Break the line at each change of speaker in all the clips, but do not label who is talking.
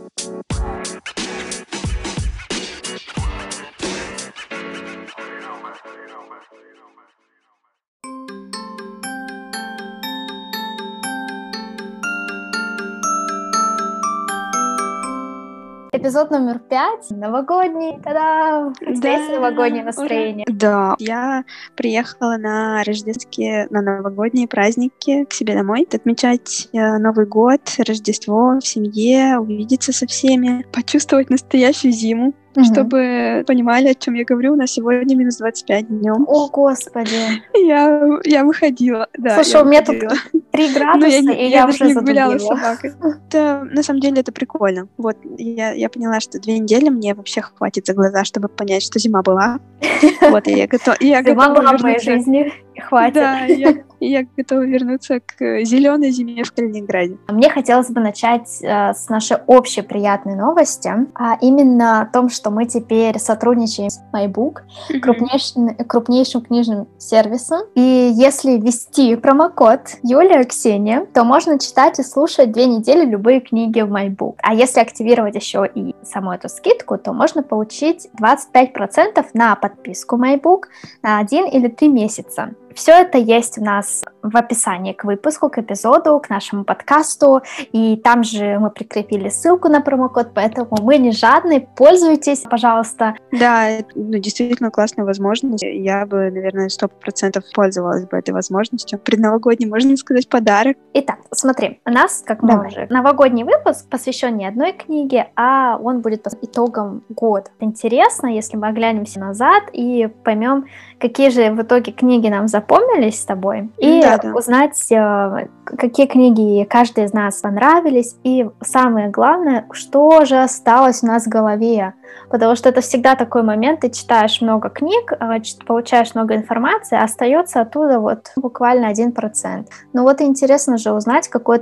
Эпизод номер 5, новогодний, та-дам! У тебя есть новогоднее настроение?
Да, я приехала на рождественские, на новогодние праздники к себе домой, отмечать Новый год, Рождество в семье, увидеться со всеми, почувствовать настоящую зиму. Чтобы понимали, о чем я говорю, у нас сегодня минус 25 днем.
О, Господи!
Я выходила, да.
Слушай, у меня тут 3 градуса, и я уже
не гуляла с собакой. На самом деле это прикольно. Вот, я поняла, что 2 недели мне вообще хватит за глаза, чтобы понять, что зима была. Вот, и я готова.
Зима была в моей жизни, хватит.
Да, я готова вернуться к зеленой зиме в Калининграде.
Мне хотелось бы начать с нашей общей приятной новости, а именно о том, что мы теперь сотрудничаем с MyBook, крупнейшим книжным сервисом. И если ввести промокод Юлия Ксения, то можно читать и слушать 2 недели любые книги в MyBook. А если активировать еще и саму эту скидку, то можно получить 25% на подписку MyBook на 1 или 3 месяца. Все это есть у нас в описании к выпуску, к эпизоду, к нашему подкасту, и там же мы прикрепили ссылку на промокод, поэтому мы не жадные, пользуйтесь, пожалуйста.
Да, действительно классная возможность. Я бы, наверное, 100% пользовалась бы этой возможностью. Предновогодний, можно сказать, подарок.
Итак, смотри, у нас, как мы уже, новогодний выпуск посвящен не одной книге, а он будет по итогам года. Интересно, если мы оглянемся назад и поймем, какие же в итоге книги нам запомнились с тобой, и узнать, какие книги каждый из нас понравились, и самое главное, что же осталось у нас в голове, потому что это всегда такой момент, ты читаешь много книг, получаешь много информации, а остается оттуда вот буквально 1%. Ну вот интересно же узнать, какой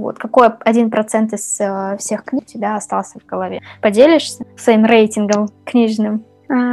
1% из всех книг у тебя остался в голове. Поделишься своим рейтингом книжным?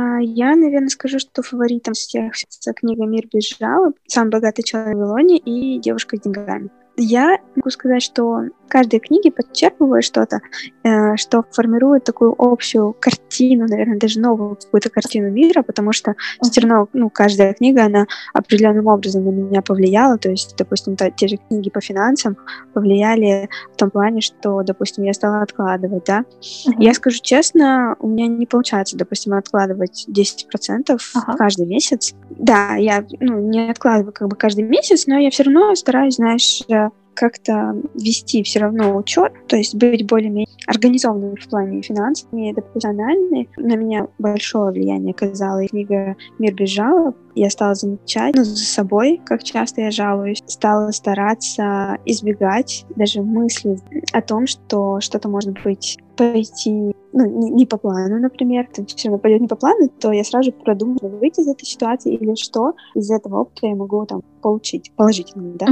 Я, наверное, скажу, что фаворитом всех книга «Мир без жалоб», «Самый богатый человек в Вавилоне» и «Девушка с деньгами». Я могу сказать, что в каждой книге подчеркиваю что-то, что формирует такую общую картину, наверное, даже новую какую-то картину мира, потому что все равно, каждая книга, она определенным образом на меня повлияла, то есть, допустим, те же книги по финансам повлияли в том плане, что, допустим, я стала откладывать, да. Я скажу честно, у меня не получается, допустим, откладывать 10% каждый месяц. Да, я не откладываю каждый месяц, но я все равно стараюсь, знаешь, как-то вести все равно учет, то есть быть более-менее организованной в плане финансов, и профессиональной. На меня большое влияние оказала книга «Мир без жалоб». Я стала замечать за собой, как часто я жалуюсь, стала стараться избегать даже мысли о том, что что-то может быть пойти не по плану, например, то все равно пойдет не по плану, то я сразу продумаю, выйти из этой ситуации или что из этого опыта я могу получить положительно, да.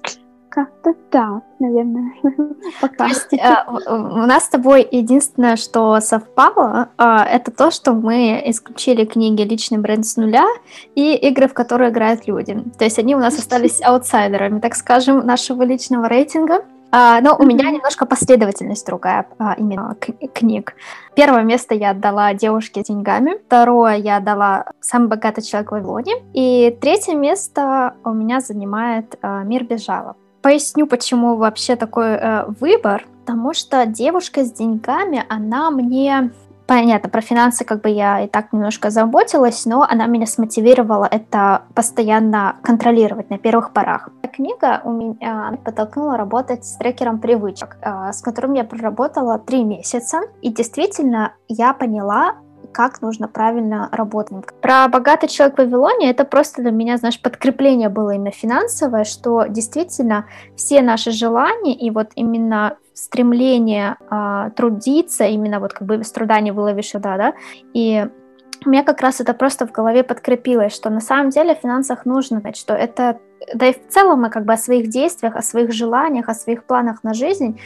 Как-то так, наверное, пока.
То есть у нас с тобой единственное, что совпало, это то, что мы исключили книги «Личный бренд с нуля» и игры, в которые играют люди. То есть они у нас остались аутсайдерами, так скажем, нашего личного рейтинга. Но у меня немножко последовательность другая именно книг. Первое место я отдала «Девушке с деньгами», второе я отдала «Самый богатый человек в Вавилоне», и третье место у меня занимает «Мир без жалоб». Поясню, почему вообще такой выбор, потому что «Девушка с деньгами», она мне... Понятно, про финансы я и так немножко заботилась, но она меня смотивировала это постоянно контролировать на первых порах. Книга меня подтолкнула работать с трекером привычек, с которым я проработала 3 месяца, и действительно я поняла, как нужно правильно работать. Про «Богатый человек в Вавилоне» это просто для меня, знаешь, подкрепление было именно финансовое, что действительно все наши желания и вот именно стремление трудиться, именно без труда не выловишь еда, да, и у меня как раз это просто в голове подкрепилось, что на самом деле в финансах нужно знать, что это, да и в целом мы о своих действиях, о своих желаниях, о своих планах на жизнь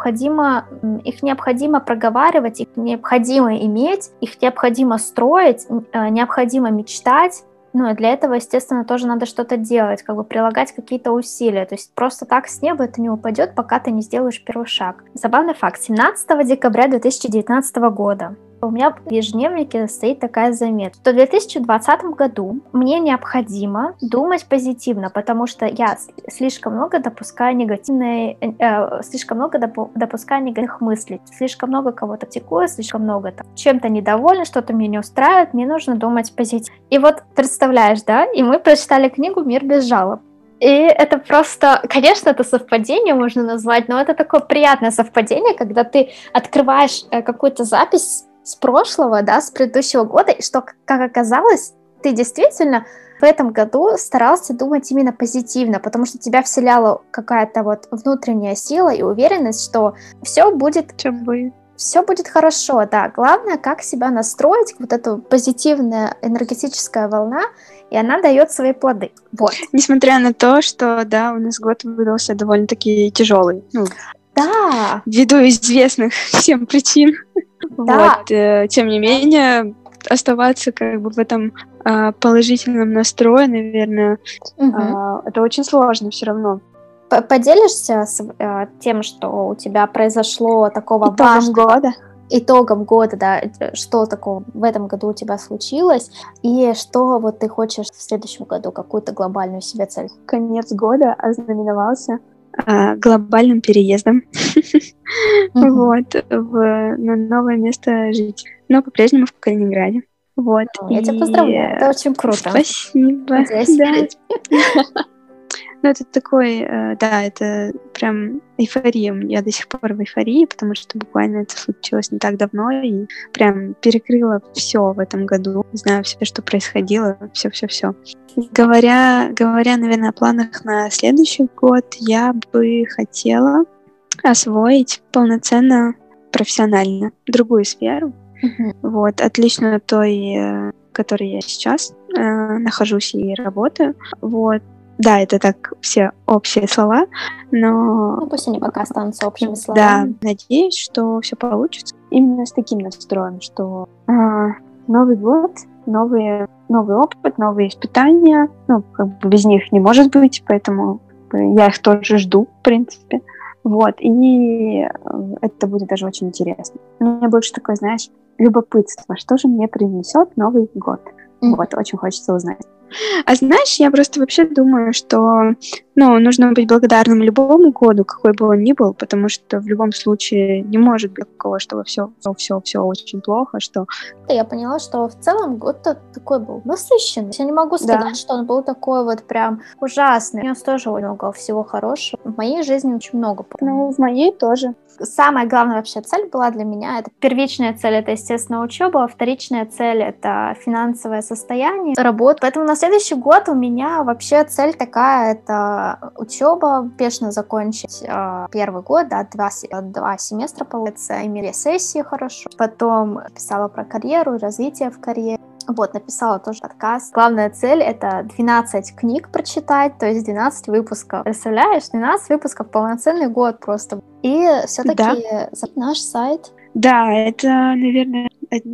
их необходимо проговаривать, их необходимо иметь, их необходимо строить, необходимо мечтать, Ну, и для этого, естественно, тоже надо что-то делать, как бы прилагать какие-то усилия. То есть просто так с неба это не упадет, пока ты не сделаешь первый шаг. Забавный факт. 17 декабря 2019 года у меня в ежедневнике стоит такая заметка, что в 2020 году мне необходимо думать позитивно, потому что я слишком много допускаю слишком много допускаю негативных мыслей, слишком много кого-то критикую, слишком много чем-то недовольна, что-то меня не устраивает, мне нужно думать позитивно. И вот представляешь, да, и мы прочитали книгу «Мир без жалоб». И это просто, конечно, это совпадение можно назвать, но это такое приятное совпадение, когда ты открываешь какую-то запись с прошлого, да, с предыдущего года, и что, как оказалось, ты действительно в этом году старался думать именно позитивно, потому что тебя вселяла какая-то вот внутренняя сила и уверенность, что все будет хорошо, да. Главное, как себя настроить, вот эта позитивная энергетическая волна, и она дает свои плоды. Вот.
Несмотря на то, что, да, у нас год выдался довольно-таки тяжелый.
Да.
Ввиду известных всем причин.
Да.
Вот, тем не менее, оставаться как бы в этом положительном настрое, наверное, это очень сложно все равно.
Поделишься тем, что у тебя произошло такого важного... Итогом года, да, что такого в этом году у тебя случилось, и что вот ты хочешь в следующем году, какую-то глобальную себе цель?
Конец года ознаменовался глобальным переездом вот, на новое место жить, но по-прежнему в Калининграде. Вот.
Я тебя поздравляю, это очень круто.
Спасибо. Ну, это такой, да, это прям эйфория. Я до сих пор в эйфории, потому что буквально это случилось не так давно и прям перекрыло все в этом году. Знаю все, что происходило, все. Говоря, наверное, о планах на следующий год, я бы хотела освоить полноценно, профессионально другую сферу. Вот, отлично от той, в которой я сейчас нахожусь и работаю. Вот. Да, это так все общие слова, но...
Ну, пусть они пока останутся общими словами.
Да, надеюсь, что все получится. Именно с таким настроем, что Новый год, новый опыт, новые испытания. Ну, как бы без них не может быть, поэтому я их тоже жду, в принципе. Вот, и это будет даже очень интересно. У меня больше такое, знаешь, любопытство. Что же мне принесет Новый год? Вот, очень хочется узнать. А знаешь, я просто вообще думаю, что нужно быть благодарным любому году, какой бы он ни был, потому что в любом случае не может быть такого, что все очень плохо, что...
Я поняла, что в целом год-то такой был насыщенный. Я не могу сказать, что он был такой вот прям ужасный. У него тоже много всего хорошего. В моей жизни очень много.
Ну, в моей тоже.
Самая главная вообще цель была для меня, это первичная цель, это, естественно, учеба, а вторичная цель, это финансовое состояние, работа. Поэтому на следующий год у меня вообще цель такая, это учеба, успешно закончить первый год, да, два семестра, получается, иметь сессии хорошо. Потом писала про карьеру, развитие в карьере. Вот, написала тоже подкаст. Главная цель — это 12 книг прочитать, то есть 12 выпусков. Представляешь, 12 выпусков, полноценный год просто. И все-таки наш сайт.
Да, это, наверное,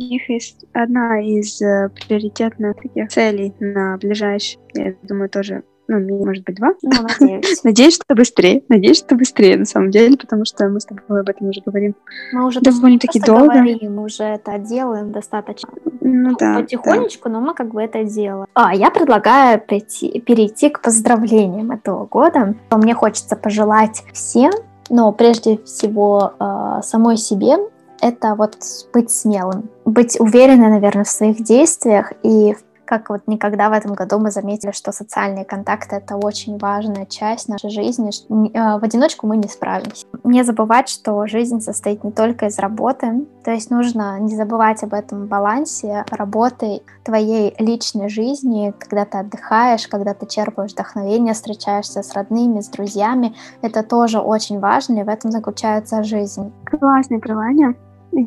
одна из приоритетных таких целей на ближайшие, я думаю, тоже, может быть, 2.
Надеюсь.
Надеюсь, что быстрее, на самом деле, потому что мы с тобой об этом уже говорим.
Мы уже
довольно-таки долго.
Говорим, мы уже это делаем достаточно потихонечку, но мы как бы это делаем. Я предлагаю перейти к поздравлениям этого года. Мне хочется пожелать всем, но прежде всего самой себе, это вот быть смелым, быть уверенной, наверное, в своих действиях. И как вот никогда в этом году мы заметили, что социальные контакты — это очень важная часть нашей жизни. В одиночку мы не справимся. Не забывать, что жизнь состоит не только из работы. То есть нужно не забывать об этом балансе работы, твоей личной жизни, когда ты отдыхаешь, когда ты черпаешь вдохновение, встречаешься с родными, с друзьями. Это тоже очень важно, и в этом заключается жизнь.
Классное пожелание.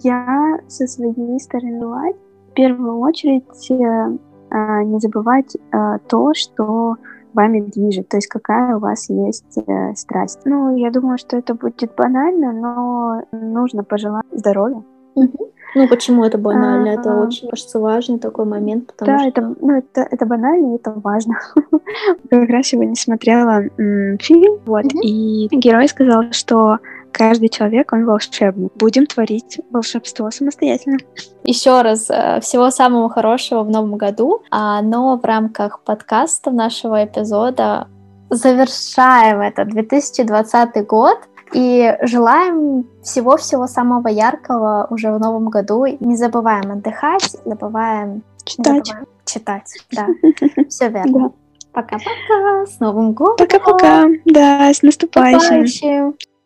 Я со своей стороны в первую очередь не забывать то, что вами движет, то есть какая у вас есть страсть. Я думаю, что это будет банально, но нужно пожелать здоровья
Ну, почему это банально? Это очень, кажется, важный такой момент, потому
Да,
что...
это банально, и это важно. Как раз сегодня смотрела фильм, вот, и герой сказал, что каждый человек, он волшебный. Будем творить волшебство самостоятельно.
Еще раз, всего самого хорошего в новом году, но в рамках подкаста нашего эпизода завершаем этот 2020 год и желаем всего-всего самого яркого уже в новом году. Не забываем отдыхать, забываем читать. Да, все верно. Пока-пока, с Новым годом!
Пока-пока, да, с наступающим!